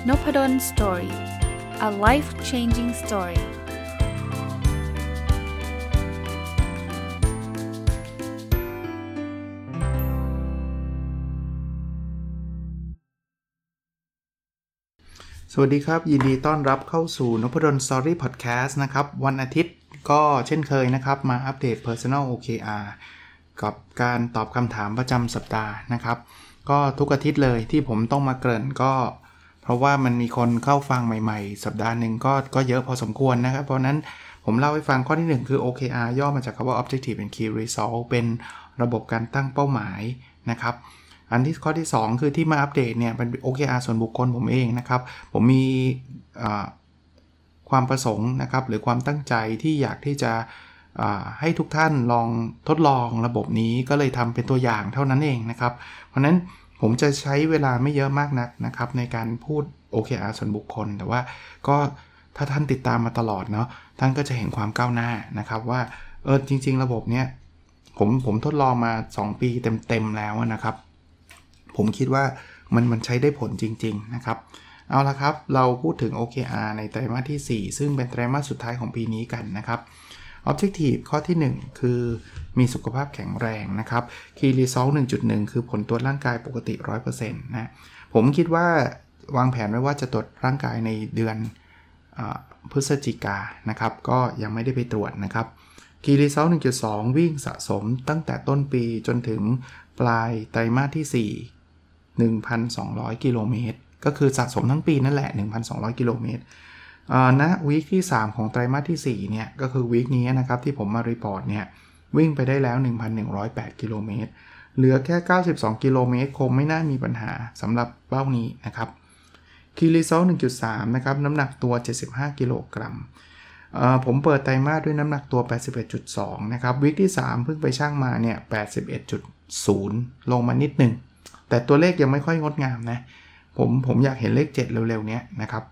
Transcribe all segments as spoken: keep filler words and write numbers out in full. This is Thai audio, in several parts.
Noppadan Story. A life-changing story. สวัสดีครับยินดีต้อนรับเข้าสู่ Noppadan Story Podcast นะครับวันอาทิตย์ก็เช่นเคยนะครับมาอัปเดต Personal โอ เค อาร์ กับการตอบคำถามประจำสัปดาห์นะครับก็ทุกอาทิตย์เลยที่ผมต้องมาเกริ่นก็เพราะว่ามันมีคนเข้าฟังใหม่ๆสัปดาห์หนึ่งก็ก็เยอะพอสมควรนะครับเพราะนั้นผมเล่าให้ฟังข้อที่หนึ่งคือ โอ เค อาร์ ย่อมาจากคำว่า Objective and Key Result เป็นระบบการตั้งเป้าหมายนะครับอันที่ข้อที่สองคือที่มาอัปเดตเนี่ยเป็น โอ เค อาร์ ส่วนบุคคลผมเองนะครับผมมีความประสงค์นะครับหรือความตั้งใจที่อยากที่จะให้ทุกท่านลองทดลองระบบนี้ก็เลยทำเป็นตัวอย่างเท่านั้นเองนะครับเพราะนั้นผมจะใช้เวลาไม่เยอะมากนักนะครับในการพูด โอ เค อาร์ ส่วนบุคคลแต่ว่าก็ถ้าท่านติดตามมาตลอดเนาะท่านก็จะเห็นความก้าวหน้านะครับว่าเออจริงๆระบบเนี้ยผมผมทดลองมาสองปีเต็มๆแล้วนะครับผมคิดว่ามันมันใช้ได้ผลจริงๆนะครับเอาละครับเราพูดถึง โอ เค อาร์ ในไตรมาสที่สี่ซึ่งเป็นไตรมาสสุดท้ายของปีนี้กันนะครับ Objective ข้อที่หนึ่งคือมีสุขภาพแข็งแรงนะครับ Key Result หนึ่งจุดหนึ่ง คือผลตรวจร่างกายปกติ ร้อยเปอร์เซ็นต์ นะผมคิดว่าวางแผนไว้ว่าจะตรวจร่างกายในเดือนพฤศจิกายนนะครับก็ยังไม่ได้ไปตรวจนะครับ Key Result หนึ่งจุดสอง วิ่งสะสมตั้งแต่ต้นปีจนถึงปลายไตรมาสที่สี่ หนึ่งพันสองร้อย กิโลเมตรก็คือสะสมทั้งปีนั่นแหละ หนึ่งพันสองร้อย กิโลเมตรอ่าณวีคที่สามของไตรมาสที่สี่เนี่ยก็คือวีคนี้นะครับที่ผมมารีพอร์ตเนี่ยวิ่งไปได้แล้ว หนึ่งพันหนึ่งร้อยแปด กิโลเมตรเหลือแค่เก้าสิบสองกิโลเมตรคงไม่น่ามีปัญหาสำหรับเป้านี้นะครับ Key Result หนึ่งจุดสาม นะครับน้ำหนักตัวเจ็ดสิบห้ากิโลกรัมเอ่อผมเปิดไตรมาสด้วยน้ำหนักตัว แปดสิบเอ็ดจุดสอง นะครับวีคที่สามเพิ่งไปชั่งมาเนี่ย แปดสิบเอ็ดจุดศูนย์ ลงมานิดนึงแต่ตัวเลขยังไม่ค่อยงดงามนะผมผมอยากเห็นเลขเจ็ดเร็วๆเนี้ยนะครับ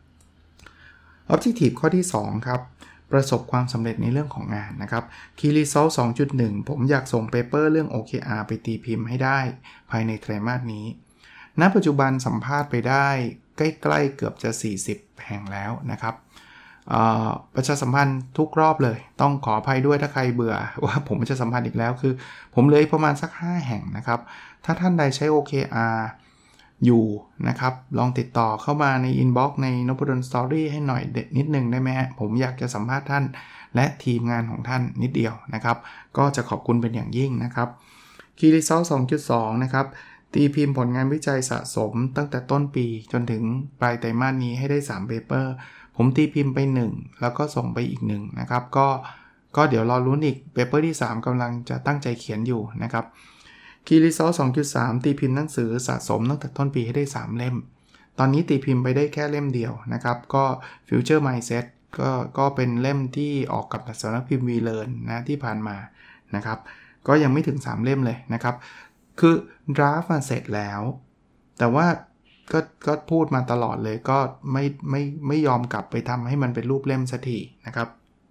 Objective ข้อที่สองครับประสบความสำเร็จในเรื่องของงานนะครับ Key Result สองจุดหนึ่ง ผมอยากส่งเปเปอร์เรื่อง โอ เค อาร์ ไปตีพิมพ์ให้ได้ภายในไตรมาสนี้ณปัจจุบันสัมภาษณ์ไปได้ใกล้ๆเกือบจะสี่สิบแห่งแล้วนะครับประชาสัมพันธ์ทุกรอบเลยต้องขออภัยด้วยถ้าใครเบื่อว่าผมจะสัมพันธ์อีกแล้วคือผมเลยประมาณสักห้าแห่งนะครับถ้าท่านใดใช้ โอ เค อาร์ อยู่นะครับลองติดต่อเข้ามาในอินบ็อกซ์ใน Noppadan Story ให้หน่อยนิดนึงได้ไหมฮะผมอยากจะสัมภาษณ์ท่านและทีมงานของท่านนิดเดียวนะครับก็จะขอบคุณเป็นอย่างยิ่งนะครับ Key Result สองจุดสอง นะครับตีพิมพ์ผลงานวิจัยสะสมตั้งแต่ต้นปีจนถึงปลายไตรมาสนี้ให้ได้สามเปเปอร์ผมตีพิมพ์ไปหนึ่งแล้วก็ส่งไปอีกหนึ่งนะครับก็ก็เดี๋ยวรอลุ้นอีกเปเปอร์ที่สามกำลังจะตั้งใจเขียนอยู่นะครับ Key Result สองจุดสาม ตีพิมพ์หนังสือสะสมตั้งแต่ต้นปีให้ได้สามเล่มตอนนี้ตีพิมพ์ไปได้แค่เล่มเดียวนะครับก็ Future Mindset ก็ก็เป็นเล่มที่ออกกับสำนักพิมพ์ VLearn นะที่ผ่านมานะครับก็ยังไม่ถึงสามเล่มเลยนะครับคือ draft มาเสร็จแล้วแต่ว่าก็ก็พูดมาตลอดเลยก็ไม่ไม่ไม่ยอมกลับไปทำให้มันเป็นรูปเล่มสักทีนะครับ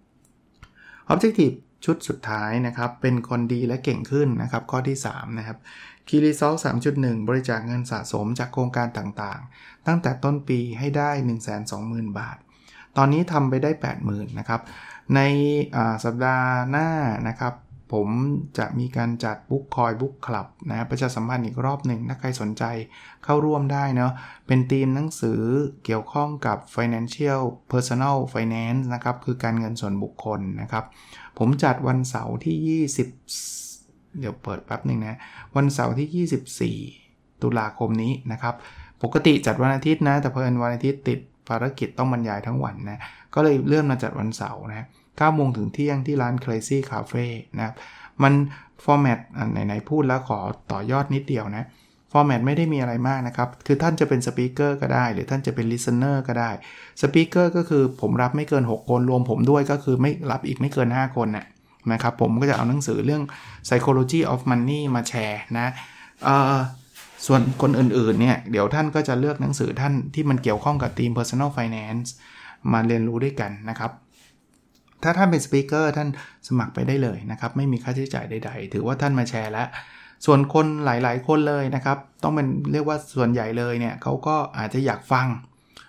Objective ชุดสุดท้ายนะครับเป็นคนดีและเก่งขึ้นนะครับข้อที่สามนะครับ Key Result สามจุดหนึ่ง บริจาคเงินสะสมจากโครงการต่างๆตั้งแต่ต้นปีให้ได้ หนึ่งแสนสองหมื่น บาทตอนนี้ทำไปได้ แปดหมื่น นะครับในสัปดาห์หน้านะครับผมจะมีการจัดบุ๊กคอยบุ๊กคลับนะประชาสัมพันธ์อีกรอบหนึ่งถ้าใครสนใจเข้าร่วมได้เนาะเป็นธีมหนังสือเกี่ยวข้องกับ financial personal finance นะครับคือการเงินส่วนบุคคลนะครับผมจัดวันเสาร์ที่ยี่สิบเดี๋ยวเปิดแป๊บนึงนะวันเสาร์ที่ยี่สิบสี่ตุลาคมนี้นะครับปกติจัดวันอาทิตย์นะแต่เพิ่นวันอาทิตย์ติดภารกิจต้องบรรยายทั้งวันนะก็เลยเลื่อนมาจัดวันเสาร์นะเก้าโมงถึงเที่ยงที่ร้าน Crazy Cafe นะครับมันฟอร์แมตไหนๆพูดแล้วขอต่อยอดนิดเดียวนะฟอร์แมตไม่ได้มีอะไรมากนะครับคือท่านจะเป็นสปีกเกอร์ก็ได้หรือท่านจะเป็นลิสเนอร์ก็ได้สปีกเกอร์ก็คือผมรับไม่เกินหกคนรวมผมด้วยก็คือไม่รับอีกไม่เกินห้าคนนะนะครับผมก็จะเอาหนังสือเรื่อง Psychology of Money มาแชร์นะเอ่อส่วนคนอื่นๆเนี่ยเดี๋ยวท่านก็จะเลือกหนังสือท่านที่มันเกี่ยวข้องกับธีม Personal Finance มาเรียนรู้ด้วยกันนะครับถ้าท่านเป็นสปีกเกอร์ท่านสมัครไปได้เลยนะครับไม่มีค่าใช้จ่ายใดๆถือว่าท่านมาแชร์แล้วส่วนคนหลายๆคนเลยนะครับต้องเป็นเรียกว่าส่วนใหญ่เลยเนี่ยเขาก็อาจจะอยากฟัง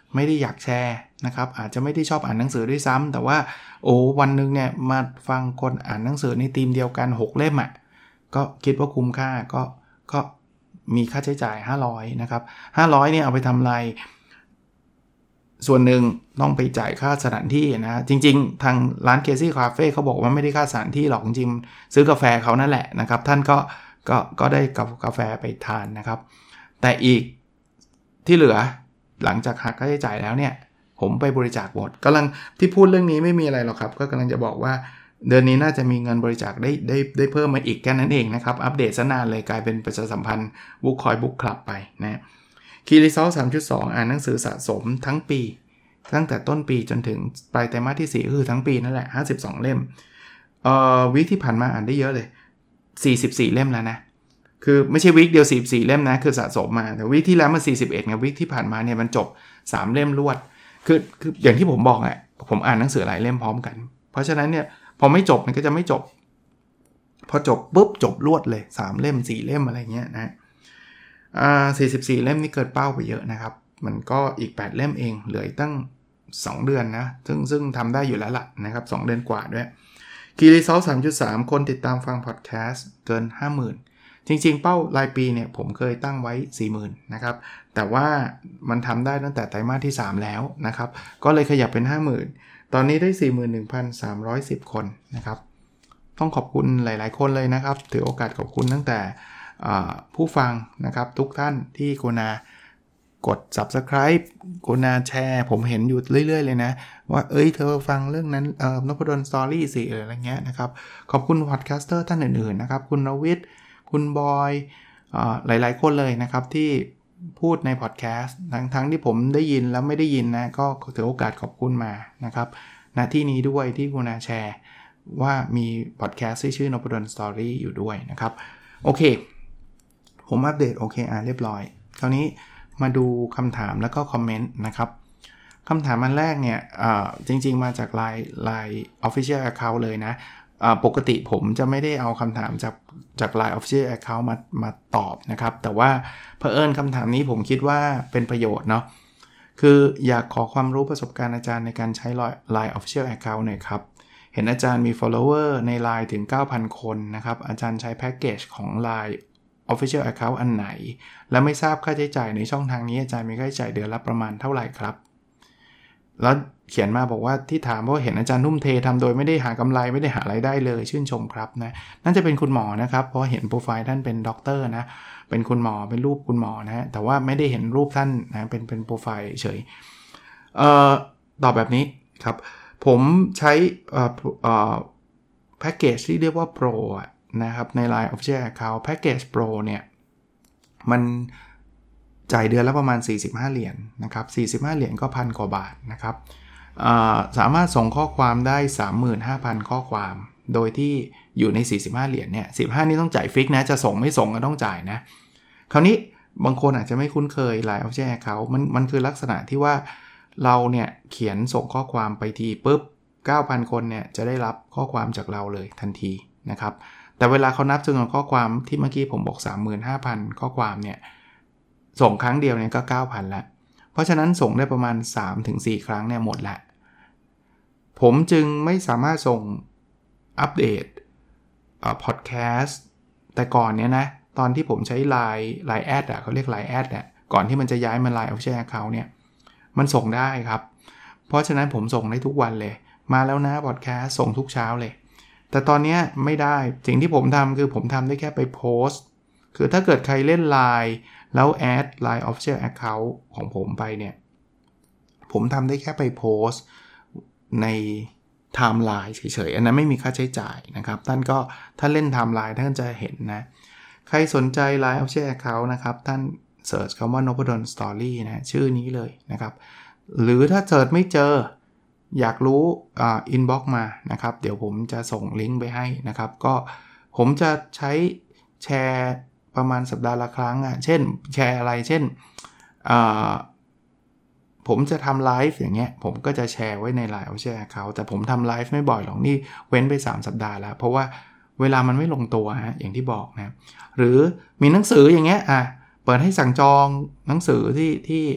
ไม่ได้อยากแชร์นะครับอาจจะไม่ได้ชอบอ่านหนังสือด้วยซ้ำแต่ว่าโอ้วันนึงเนี่ยมาฟังคนอ่านหนังสือในธีมเดียวกันหกเล่มอ่ะก็คิดว่าคุ้มค่าก็ก็มีค่าใช้จ่ายห้าร้อยนะครับห้าร้อยเนี่ยเอาไปทำอะไรส่วนหนึ่งต้องไปจ่ายค่าสถานที่นะจริงๆทางร้าน Casey Cafe เขาบอกว่าไม่ได้ค่าสถานที่หรอกจริงๆซื้อกาแฟเขานั่นแหละนะครับท่านก็ก็ก็ได้กาแฟไปทานนะครับแต่อีกที่เหลือหลังจากหักค่าใช้จ่ายแล้วเนี่ยผมไปบริจาคหมดกำลังที่พูดเรื่องนี้ไม่มีอะไรหรอกครับก็กำลังจะบอกว่าเดือนนี้น่าจะมีเงินบริจาคได้ได้ได้เพิ่มมาอีกแค่นั้นเองนะครับอัปเดตซะนานเลยกลายเป็นประชาสัมพันธ์บุ๊คคอยบุ๊คคลับไปนะคีรีเซล สามจุดสอง อ่านหนังสือสะสมทั้งปีตั้งแต่ต้นปีจนถึงปลายไตรมาสที่สี่คือทั้งปีนั่นแหละห้าสิบสองเล่มเอ่อวีคที่ผ่านมาอ่านได้เยอะเลยสี่สิบสี่เล่มแล้วนะคือไม่ใช่วีคเดียวสี่สิบสี่เล่มนะคือสะสมมาแต่วีคที่แล้วมันสี่สิบเอ็ดไงวีคที่ผ่านมาเนี่ยมันจบสามเล่มรวดคือคืออย่างที่ผมบอกอ่ะผมอ่านหนังสือหลายเล่มพร้อมกันเพราะฉะนั้นเนี่ยพอไม่จบมันก็จะไม่จบพอจบปุ๊บจบรวดเลยสามเล่มสี่เล่มอะไรเงี้ยนะอ่าสี่สิบสี่เล่มนี่เกินเป้าไปเยอะนะครับมันก็อีกแปดเล่มเองเหลือตั้งสองเดือนนะซึ่งซึ่งทำได้อยู่แล้วล่ะนะครับสองเดือนกว่าด้วยคีรีเซล สามจุดสาม คนติดตามฟังพอดแคสต์เกิน ห้าหมื่น จริงๆเป้ารายปีเนี่ยผมเคยตั้งไว้ สี่หมื่น นะครับแต่ว่ามันทำได้ตั้งแต่ไตรมาสที่สามแล้วนะครับก็เลยขยับเป็น ห้าหมื่น ตอนนี้ได้ สี่หมื่นหนึ่งพันสามร้อยสิบ คนนะครับต้องขอบคุณหลายๆคนเลยนะครับถือโอกาสขอบคุณตั้งแต่ผู้ฟังนะครับทุกท่านที่กรุณากด Subscribe กรุณาแชร์ผมเห็นอยู่เรื่อยๆเลยนะว่าเอ้ยเธอฟังเรื่องนั้นเอ่อนพดลสตอรี่สิอะไรเงี้ยนะครับขอบคุณพอดแคสเตอร์ท่านอื่นๆนะครับคุณนวิทย์คุณบอยอ่าหลายๆคนเลยนะครับที่พูดในพอดแคสต์ทั้งๆที่ผมได้ยินแล้วไม่ได้ยินนะก็ถือโอกาสขอบคุณมานะครับณที่นี้ด้วยที่กรุณาแชร์ว่ามีพอดแคสต์ที่ชื่อนพดลสตอรี่อยู่ด้วยนะครับโอเคผมอัปเดต โอ เค อาร์ เรียบร้อยคราวนี้มาดูคำถามแล้วก็คอมเมนต์นะครับคำถามอันแรกเนี่ยจริงๆมาจาก ไลน์ ไลน์ Official Account เลยนะปกติผมจะไม่ได้เอาคำถามจากจาก ไลน์ Official Account มามาตอบนะครับแต่ว่าเผอิญคำถามนี้ผมคิดว่าเป็นประโยชน์เนาะคืออยากขอความรู้ประสบการณ์อาจารย์ในการใช้ ไลน์ Official Account หน่อยครับเห็นอาจารย์มี follower ใน ไลน์ ถึง เก้าพัน คนนะครับอาจารย์ใช้แพ็กเกจของ ไลน์Official Account อันไหนและไม่ทราบค่าใช้จ่ายในช่องทางนี้อาจารย์มีค่าใช้จ่ายเดือนละประมาณเท่าไหร่ครับแล้วเขียนมาบอกว่าที่ถามเพราะเห็นอาจารย์ทุ่มเททำโดยไม่ได้หากำไรไม่ได้หารายได้เลยชื่นชมครับนะนั่นจะเป็นคุณหมอนะครับเพราะเห็นโปรไฟล์ท่านเป็นด็อกเตอร์นะเป็นคุณหมอเป็นรูปคุณหมอนะแต่ว่าไม่ได้เห็นรูปท่านนะเป็นเป็นโปรไฟล์เฉยเอ่อตอบแบบนี้ครับผมใช้เอ่อเอ่อแพ็กเกจที่เรียกว่า Pro นะครับใน ไลน์ Official Account Package Pro เนี่ยมันจ่ายเดือนละประมาณสี่สิบห้าเหรียญ นะครับสี่สิบห้าเหรียญก็พันกว่าบาทนะครับสามารถส่งข้อความได้ สามหมื่นห้าพัน ข้อความโดยที่อยู่ในสี่สิบห้าเหรียญเนี่ยสิบห้านี่ต้องจ่ายฟิกนะจะส่งไม่ส่งก็ต้องจ่ายนะคราวนี้บางคนอาจจะไม่คุ้นเคย ไลน์ Official Account มันมันคือลักษณะที่ว่าเราเนี่ยเขียนส่งข้อความไปทีปุ๊บ เก้าพัน คนเนี่ยจะได้รับข้อความจากเราเลยทันทีนะครับแต่เวลาเขานับจำนวนข้อความที่เมื่อกี้ผมบอก สามหมื่นห้าพัน ข้อความเนี่ยส่งครั้งเดียวเนี่ยก็ เก้าพัน แล้วเพราะฉะนั้นส่งได้ประมาณ สามถึงสี่ ครั้งเนี่ยหมดละผมจึงไม่สามารถส่งอัปเดตเอ่อพอดแคสต์แต่ก่อนเนี่ยนะตอนที่ผมใช้ ไลน์ ไลน์ แอดอ่ะเขาเรียก ไลน์ แอดอ่ะก่อนที่มันจะย้ายมา ไลน์ Official Account เนี่ยมันส่งได้ครับเพราะฉะนั้นผมส่งได้ทุกวันเลยมาแล้วนะพอดแคสต์ส่งทุกเช้าเลยแต่ตอนนี้ไม่ได้สิ่งที่ผมทำคือผมทำได้แค่ไปโพสต์คือถ้าเกิดใครเล่น ไลน์ แล้วแอด ไลน์ Official Account ของผมไปเนี่ยผมทำได้แค่ไปโพสต์ในไทม์ไลน์เฉยๆอันนั้นไม่มีค่าใช้จ่ายนะครับท่านก็ถ้าเล่นไทม์ไลน์ท่านจะเห็นนะใครสนใจ ไลน์ Official Account นะครับท่านเสิร์ชคำว่านพดล Story นะชื่อนี้เลยนะครับหรือถ้าเสิร์ชไม่เจออยากรู้อ่าอินบ็อกซ์มานะครับเดี๋ยวผมจะส่งลิงก์ไปให้นะครับก็ผมจะใช้แชร์ประมาณสัปดาห์ละครั้งอ่ะเช่นแชร์อะไรเช่นอ่าผมจะทำไลฟ์อย่างเงี้ยผมก็จะแชร์ไว้ใน ไลน์ Official Account แต่ผมทำไลฟ์ไม่บ่อยหรอกนี่เว้นไปสามสัปดาห์แล้วเพราะว่าเวลามันไม่ลงตัวฮะอย่างที่บอกนะหรือมีหนังสืออย่างเงี้ยอ่ะเปิดให้สั่งจองหนังสือที่ที่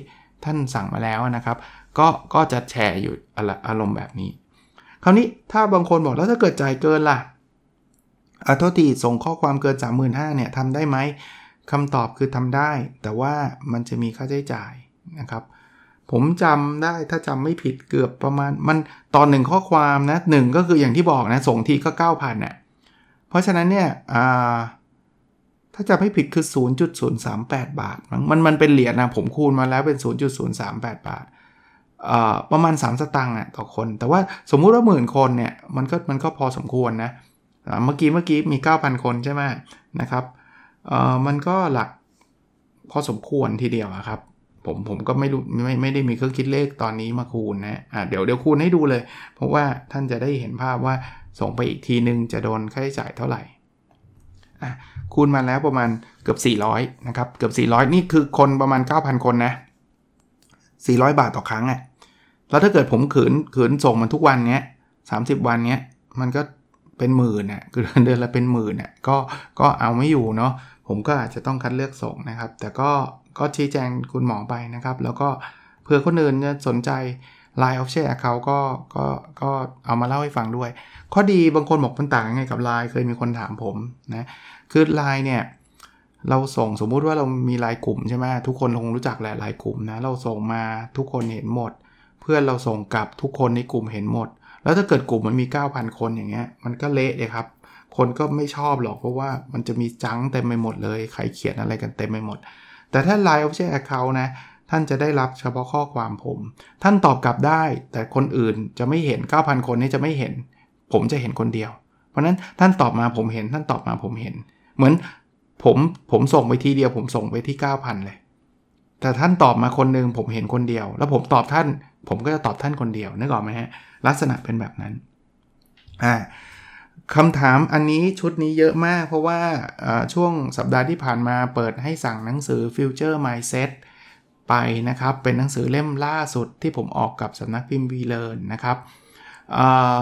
ท่านสั่งมาแล้วนะครับก็ก็จะแชร์อยู่อารมณ์แบบนี้คราวนี้ถ้าบางคนบอกแล้วถ้าเกิดจ่ายเกินล่ะอ่ะโทษทีส่งข้อความเกิน สามหมื่นห้าพัน เนี่ยทำได้ไหมคำตอบคือทำได้แต่ว่ามันจะมีค่าใช้จ่ายนะครับผมจำได้ถ้าจำไม่ผิดเกือบประมาณมันตอนหนึ่งข้อความนะหนึ่งก็คืออย่างที่บอกนะส่งทีก็ เก้าพัน น่ะเพราะฉะนั้นเนี่ยอ่าถ้าจำไม่ผิดคือ ศูนย์จุดศูนย์สามแปด บาทมันมันเป็นเหรียญนะผมคูณมาแล้วเป็น ศูนย์จุดศูนย์สามแปด บาทอ่าประมาณสามสตางค์อ่ะต่อคนแต่ว่าสมมุติว่าหมื่นคนเนี่ยมันก็มันก็พอสมควรนะเมื่อกี้เมื่อกี้มี เก้าพัน คนใช่ไหมนะครับเอ่อมันก็หลักพอสมควรทีเดียวครับผมผมก็ไม่รู้ไม่ไม่ได้มีเครื่องคิดเลขตอนนี้มาคูณนะอ่ะเดี๋ยวเดี๋ยวคูณให้ดูเลยเพราะว่าท่านจะได้เห็นภาพว่าส่งไปอีกทีนึงจะโดนค่าใช้จ่ายเท่าไหร่อ่ะคูณมาแล้วประมาณเกือบสี่ร้อยนะครับเกือบสี่ร้อยนี่คือคนประมาณ เก้าพัน คนนะสี่ร้อยบาทต่อครั้งอ่ะแล้วถ้าเกิดผมขืนขืนส่งมันทุกวันเนี้ยสามสิบวันเนี้ยมันก็เป็นหมื่นน่ะคือเดือนละเป็นหมื่นน่ะก็ก็เอาไม่อยู่เนาะผมก็อาจจะต้องคัดเลือกส่งนะครับแต่ก็ก็ชี้แจงคุณหมอไปนะครับแล้วก็เผื่อคนอื่นจะสนใจ ไลน์ Official Account ก็ก็ก็เอามาเล่าให้ฟังด้วยข้อดีบางคนบอกมันต่างยังไงกับ ไลน์ เคยมีคนถามผมนะคือ ไลน์ เนี่ยเราส่งสมมุติว่าเรามี ไลน์ กลุ่มใช่ไหมทุกคนคงรู้จักแหละ ไลน์ กลุ่มนะเราส่งมาทุกคนเห็นหมดเพื่อนเราส่งกลับทุกคนในกลุ่มเห็นหมดแล้วถ้าเกิดกลุ่มมันมี เก้าพัน คนอย่างเงี้ยมันก็เละเลยครับคนก็ไม่ชอบหรอกเพราะว่ามันจะมีจังเต็มไปหมดเลยใครเขียนอะไรกันเต็มไปหมดแต่ถ้า ไลน์ Official Account นะท่านจะได้รับเฉพาะข้อความผมท่านตอบกลับได้แต่คนอื่นจะไม่เห็น เก้าพัน คนนี้จะไม่เห็นผมจะเห็นคนเดียวเพราะนั้นท่านตอบมาผมเห็นท่านตอบมาผมเห็นเหมือนผมผมส่งไปทีเดียวผมส่งไปที่ เก้าพัน เลยแต่ท่านตอบมาคนนึงผมเห็นคนเดียวแล้วผมตอบท่านผมก็จะตอบท่านคนเดียวนึกออกไหมฮะลักษณะเป็นแบบนั้นอ่าคำถามอันนี้ชุดนี้เยอะมากเพราะว่าช่วงสัปดาห์ที่ผ่านมาเปิดให้สั่งหนังสือ Future Mindset ไปนะครับเป็นหนังสือเล่มล่าสุดที่ผมออกกับสำนักพิมพ์ VLearn นะครับอ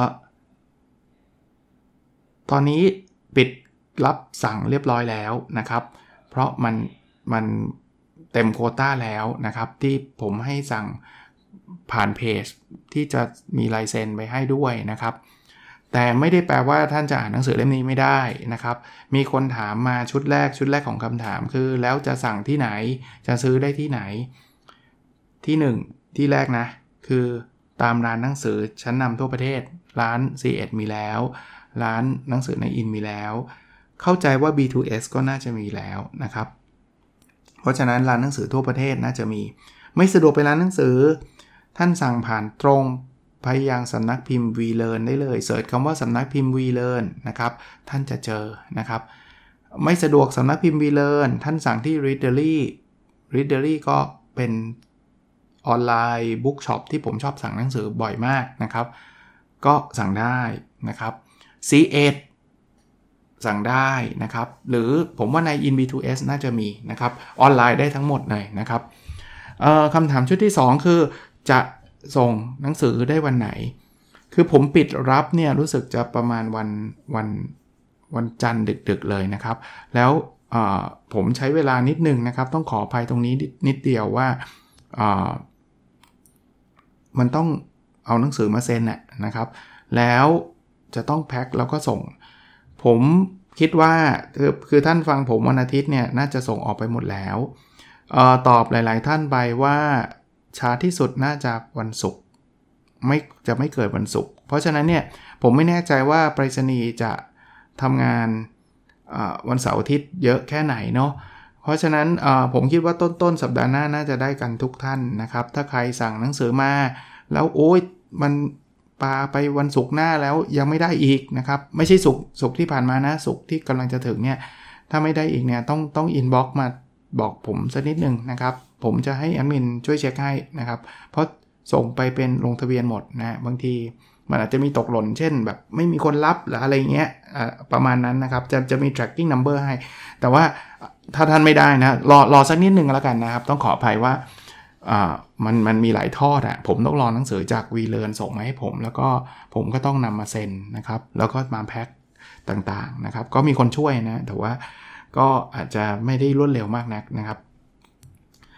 ตอนนี้ปิดรับสั่งเรียบร้อยแล้วนะครับเพราะมันมันเต็มโควต้าแล้วนะครับที่ผมให้สั่งผ่านเพจที่จะมีลายเซ็นไปให้ด้วยนะครับแต่ไม่ได้แปลว่าท่านจะอ่านหนังสือเล่มนี้ไม่ได้นะครับมีคนถามมาชุดแรกชุดแรกของคำถามคือแล้วจะสั่งที่ไหนจะซื้อได้ที่ไหนที่หนึ่งที่แรกนะคือตามร้านหนังสือชั้นนำทั่วประเทศร้าน ซี เอ็ด มีแล้วร้านหนังสือในอินมีแล้วเข้าใจว่า บี ทู เอส ก็น่าจะมีแล้วนะครับเพราะฉะนั้นร้านหนังสือทั่วประเทศน่าจะมีไม่สะดวกไปร้านหนังสือท่านสั่งผ่านตรงไปยังสำนักพิมพ์ VLearn ได้เลยเสิร์ชคำว่าสำนักพิมพ์ VLearn นะครับท่านจะเจอนะครับไม่สะดวกสำนักพิมพ์ VLearn ท่านสั่งที่ Readery Readery ก็เป็นออนไลน์บุ๊กช็อปที่ผมชอบสั่งหนังสือบ่อยมากนะครับก็สั่งได้นะครับ ซี เอ็ด สั่งได้นะครับหรือผมว่าใน In บี ทู เอส น่าจะมีนะครับออนไลน์ได้ทั้งหมดเลยนะครับคำถามชุดที่สองคือจะส่งหนังสือได้วันไหนคือผมปิดรับเนี่ยรู้สึกจะประมาณวันวันวันจันทร์ดึกๆเลยนะครับแล้วผมใช้เวลานิดนึงนะครับต้องขออภัยตรงนี้นิดเดียวว่ามันต้องเอาหนังสือมาเซ็นนะครับแล้วจะต้องแพ็คแล้วก็ส่งผมคิดว่าคือคือท่านฟังผมวันอาทิตย์เนี่ยน่าจะส่งออกไปหมดแล้วเอ่อตอบหลายๆท่านไปว่าช้าที่สุดน่าจะวันศุกร์ไม่จะไม่เกิดวันศุกร์เพราะฉะนั้นเนี่ยผมไม่แน่ใจว่าไปรษณีย์จะทำงานวันเสาร์อาทิตย์เยอะแค่ไหนเนาะเพราะฉะนั้นผมคิดว่าต้นๆสัปดาห์หน้าน่าจะได้กันทุกท่านนะครับถ้าใครสั่งหนังสือมาแล้วโอ๊ยมันปาไปวันศุกร์หน้าแล้วยังไม่ได้อีกนะครับไม่ใช่ศุกร์ศุกร์ที่ผ่านมานะศุกร์ที่กำลังจะถึงเนี่ยถ้าไม่ได้อีกเนี่ยต้องต้องอินบ็อกซ์มาบอกผมสักนิดนึงนะครับผมจะให้แอดมินช่วยเช็คให้นะครับเพราะส่งไปเป็นลงทะเบียนหมดนะบางทีมันอาจจะมีตกหล่นเช่นแบบไม่มีคนรับหรืออะไรเงี้ยประมาณนั้นนะครับจะจะมี tracking number ให้แต่ว่าถ้าท่านไม่ได้นะรอรอสักนิดนึงแล้วกันนะครับต้องขออภัยว่าอ่ามันมันมีหลายทอดอ่ะผมต้องรอหนังสือจาก VLearn ส่งมาให้ผมแล้วก็ผมก็ต้องนำมาเซ็นนะครับแล้วก็มาแพ็คต่างๆนะครับก็มีคนช่วยนะแต่ว่าก็อาจจะไม่ได้รวดเร็วมากนักนะครับ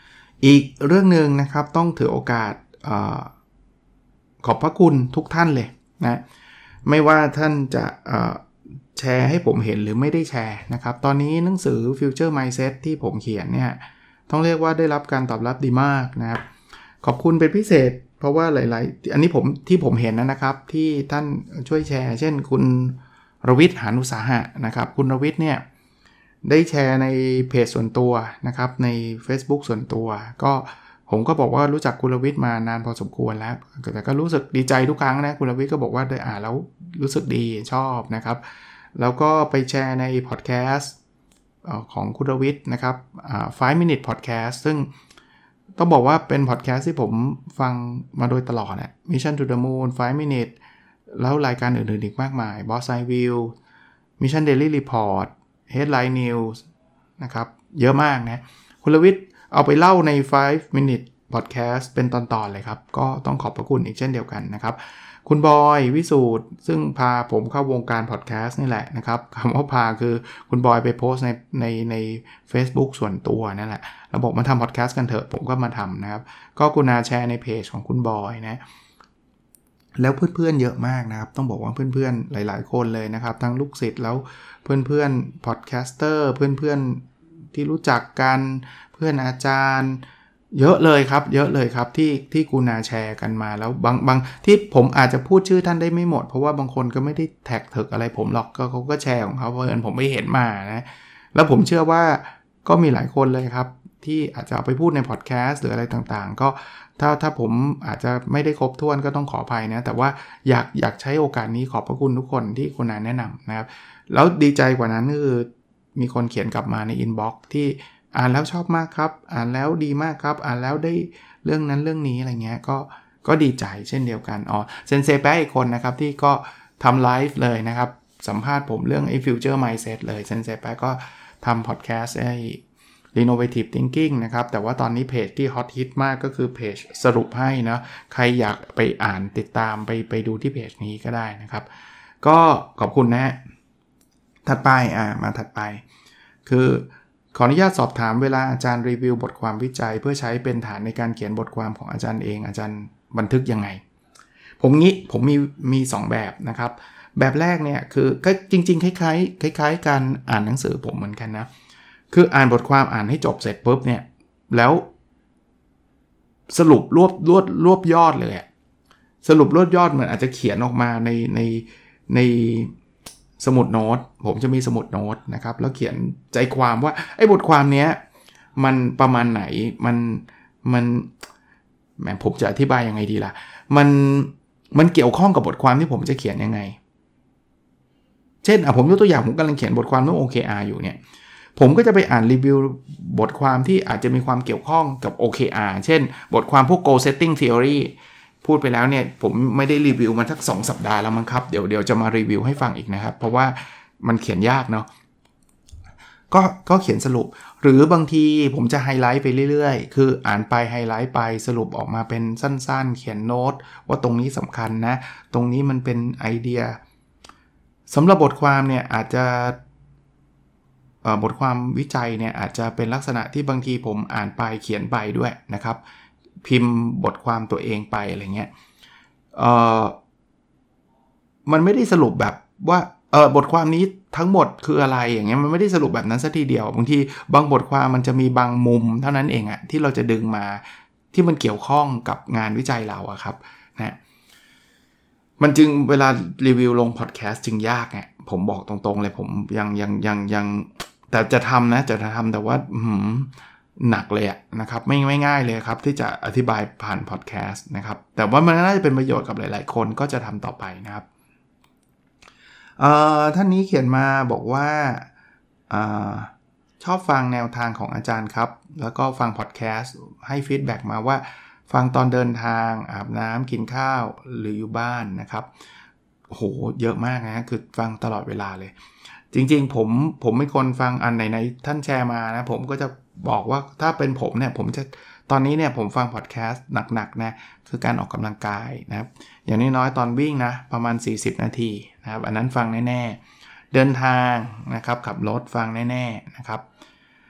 อีกเรื่องนึงนะครับต้องถือโอกาสเอ่อขอบพระคุณทุกท่านเลยนะไม่ว่าท่านจะเอ่อแชร์ให้ผมเห็นหรือไม่ได้แชร์นะครับตอนนี้หนังสือ Future Mindset ที่ผมเขียนเนี่ยต้องเรียกว่าได้รับการตอบรับดีมากนะครับขอบคุณเป็นพิเศษเพราะว่าหลายๆอันนี้ผมที่ผมเห็นนะครับที่ท่านช่วยแชร์เช่นคุณรวิทย์หานุสาหะนะครับคุณรวิทย์เนี่ยได้แชร์ในเพจส่วนตัวนะครับใน Facebook ส่วนตัวก็ผมก็บอกว่ารู้จักคุณรวิทย์มานานพอสมควรแล้วแต่ก็รู้สึกดีใจทุกครั้งนะคุณรวิทย์ก็บอกว่าได้อ่านแล้วรู้สึกดีชอบนะครับแล้วก็ไปแชร์ในพอดแคสต์ของคุณรวิทย์นะครับfive minute podcast ซึ่งต้องบอกว่าเป็นพอดแคสต์ที่ผมฟังมาโดยตลอดนะ Mission to the Moon five minute แล้วรายการอื่นๆอีกมากมาย Boss Eye View Mission Daily Report Headline News นะครับเยอะมากนะคุณรวิทย์เอาไปเล่าในfive minute podcast เป็นตอนๆเลยครับก็ต้องขอบพระคุณอีกเช่นเดียวกันนะครับคุณบอยวิสูตรซึ่งพาผมเข้าวงการพอดแคสต์นี่แหละนะครับคำว่าพาคือคุณบอยไปโพสต์ในในใน Facebook ส่วนตัวนั่นแหละแล้วบอกมาทำพอดแคสต์กันเถอะผมก็มาทำนะครับก็กุณาแชร์ในเพจของคุณบอยนะแล้วเพื่อนๆเยอะมากนะครับต้องบอกว่าเพื่อนๆหลายๆคนเลยนะครับทั้งลูกศิษย์แล้วเพื่อนๆพอดแคสเตอร์เพื่อนๆที่รู้จักกันเพื่อนอาจารย์เยอะเลยครับเยอะเลยครับที่ที่กุณาแชร์กันมาแล้วบางบางที่ผมอาจจะพูดชื่อท่านได้ไม่หมดเพราะว่าบางคนก็ไม่ได้แท็กเถิกอะไรผมหรอกก็เขาก็แชร์ของเขาเพราะเอิญผมไม่เห็นมานะแล้วผมเชื่อว่าก็มีหลายคนเลยครับที่อาจจะเอาไปพูดในพอดแคสต์หรืออะไรต่างๆก็ถ้าถ้าผมอาจจะไม่ได้ครบถ้วนก็ต้องขออภัยนะแต่ว่าอยากอยากใช้โอกาสนี้ขอบพระคุณทุกคนที่กุณาแนะนำนะครับแล้วดีใจกว่านั้นคือมีคนเขียนกลับมาในอินบ็อกซ์ที่อ่านแล้วชอบมากครับอ่านแล้วดีมากครับอ่านแล้วได้เรื่องนั้นเรื่องนี้อะไรเงี้ยก็ก็ดีใจเช่นเดียวกันอ๋อเซนเซแป๊ะอีกคนนะครับที่ก็ทำไลฟ์เลยนะครับสัมภาษณ์ผมเรื่องไอ้ Future Mindset เลยเซนเซแป๊ะก็ทำพอดแคสต์ไอ้ Innovative Thinking นะครับแต่ว่าตอนนี้เพจที่ฮอตฮิตมากก็คือเพจสรุปให้นะใครอยากไปอ่านติดตามไปไปดูที่เพจนี้ก็ได้นะครับก็ขอบคุณนะถัดไปอ่ามาถัดไปคือขออนุญาตสอบถามเวลาอาจารย์รีวิวบทความวิจัยเพื่อใช้เป็นฐานในการเขียนบทความของอาจารย์เองอาจารย์บันทึกยังไงผมงี้ผมมีมีสองแบบนะครับแบบแรกเนี่ยคือก็จริงๆคล้ายๆคล้ายๆการอ่านหนังสือผมเหมือนกันนะคืออ่านบทความอ่านให้จบเสร็จปุ๊บเนี่ยแล้วสรุปรวบรวบรวบยอดเลยสรุปรวบยอดมันอาจจะเขียนออกมาในในในสมุดโน้ตผมจะมีสมุดโน้ตนะครับแล้วเขียนใจความว่าไอ้บทความเนี้ยมันประมาณไหนมันมันแหมผมจะอธิบายยังไงดีล่ะมันมันเกี่ยวข้องกับบทความที่ผมจะเขียนยังไงเช่นอ่ะผมยกตัวอย่างผมกำลังเขียนบทความเรื่อง โอ เค อาร์ อยู่เนี่ยผมก็จะไปอ่านรีวิวบทความที่อาจจะมีความเกี่ยวข้องกับ โอ เค อาร์ เช่นบทความพวก goal setting theoryพูดไปแล้วเนี่ยผมไม่ได้รีวิวมาสักสองสัปดาห์แล้วมั้งครับเดี๋ยวเดี๋ยวจะมารีวิวให้ฟังอีกนะครับเพราะว่ามันเขียนยากเนาะก็ก็เขียนสรุปหรือบางทีผมจะไฮไลท์ไปเรื่อยๆคืออ่านไปไฮไลท์ไปสรุปออกมาเป็นสั้นๆเขียนโน้ตว่าตรงนี้สำคัญนะตรงนี้มันเป็นไอเดียสำหรับบทความเนี่ยอาจจะบทความวิจัยเนี่ยอาจจะเป็นลักษณะที่บางทีผมอ่านไปเขียนไปด้วยนะครับพิมพ์บทความตัวเองไปอะไรเงี้ยเอ่อมันไม่ได้สรุปแบบว่าเออบทความนี้ทั้งหมดคืออะไรอย่างเงี้ยมันไม่ได้สรุปแบบนั้นซะทีเดียวบางทีบางบทความมันจะมีบางมุมเท่านั้นเองอะที่เราจะดึงมาที่มันเกี่ยวข้องกับงานวิจัยเราอะครับนะมันจึงเวลารีวิวลงพอดแคสต์จึงยากไงผมบอกตรงๆเลยผมยังยังยังยังแต่จะทำนะจะทำแต่ว่าหืมหนักเลยนะครับไม่ไม่ง่ายเลยครับที่จะอธิบายผ่านพอดแคสต์นะครับแต่ว่ามันน่าจะเป็นประโยชน์กับหลายๆคนก็จะทำต่อไปนะครับเอ่อท่านนี้เขียนมาบอกว่าอ่าชอบฟังแนวทางของอาจารย์ครับแล้วก็ฟังพอดแคสต์ให้ฟีดแบ็กมาว่าฟังตอนเดินทางอาบน้ำกินข้าวหรืออยู่บ้านนะครับโหเยอะมากนะคือฟังตลอดเวลาเลยจริงๆผมผมเป็นคนฟังอันไหนๆท่านแชร์มานะผมก็จะบอกว่าถ้าเป็นผมเนี่ยผมจะตอนนี้เนี่ยผมฟังพอดแคสต์หนักๆนะคือการออกกำลังกายนะครับอย่างน้อยๆตอนวิ่งนะประมาณสี่สิบนาทีนะครับอันนั้นฟังแน่ๆเดินทางนะครับขับรถฟังแน่ๆนะครับ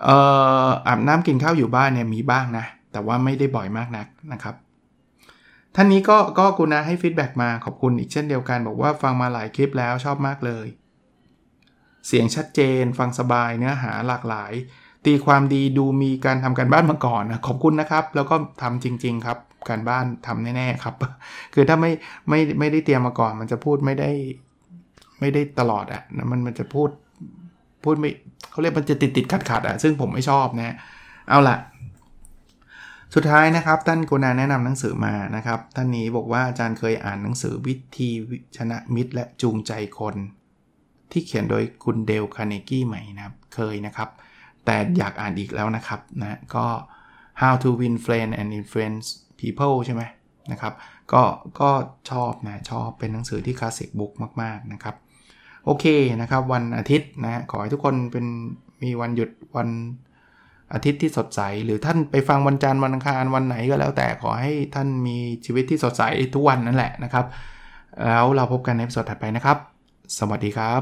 เอ่ออาบน้ำกินข้าวอยู่บ้านเนี่ยมีบ้างนะแต่ว่าไม่ได้บ่อยมากนักนะครับท่านนี้ก็ก็กุณาให้ฟีดแบ็กมาขอบคุณอีกเช่นเดียวกันบอกว่าฟังมาหลายคลิปแล้วชอบมากเลยเสียงชัดเจนฟังสบายเนื้อหาหลากหลายตีความดีดูมีการทำการบ้านมาก่อนนะขอบคุณนะครับแล้วก็ทำจริงๆครับการบ้านทำแน่ๆครับคือถ้าไม่ไม่ไม่ได้เตรียมมาก่อนมันจะพูดไม่ได้ไม่ได้ตลอดอ่ะมันมันจะพูดพูดไม่เขาเรียกมันจะติดติดขัดขัดอ่ะซึ่งผมไม่ชอบนะเอาล่ะสุดท้ายนะครับท่านกุณาแนะนำหนังสือมานะครับท่านนี้บอกว่าอาจารย์เคยอ่านหนังสือวิธีชนะมิตรและจูงใจคนที่เขียนโดยคุณเดลคาร์เนกี้ไหมนะครับเคยนะครับแต่อยากอ่านอีกแล้วนะครับนะก็ How to Win Friends and Influence People ใช่ไหมนะครับก็ก็ชอบนะชอบเป็นหนังสือที่คลาสสิกบุ๊กมากๆนะครับโอเคนะครับวันอาทิตย์นะขอให้ทุกคนเป็นมีวันหยุดวันอาทิตย์ที่สดใสหรือท่านไปฟังวันจันทร์วันอังคารวันไหนก็แล้วแต่ขอให้ท่านมีชีวิตที่สดใสทุกวันนั่นแหละนะครับแล้วเราพบกันในตอนถัดไปนะครับสวัสดีครับ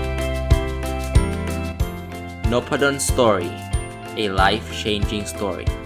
Nopadon Story, a life-changing story.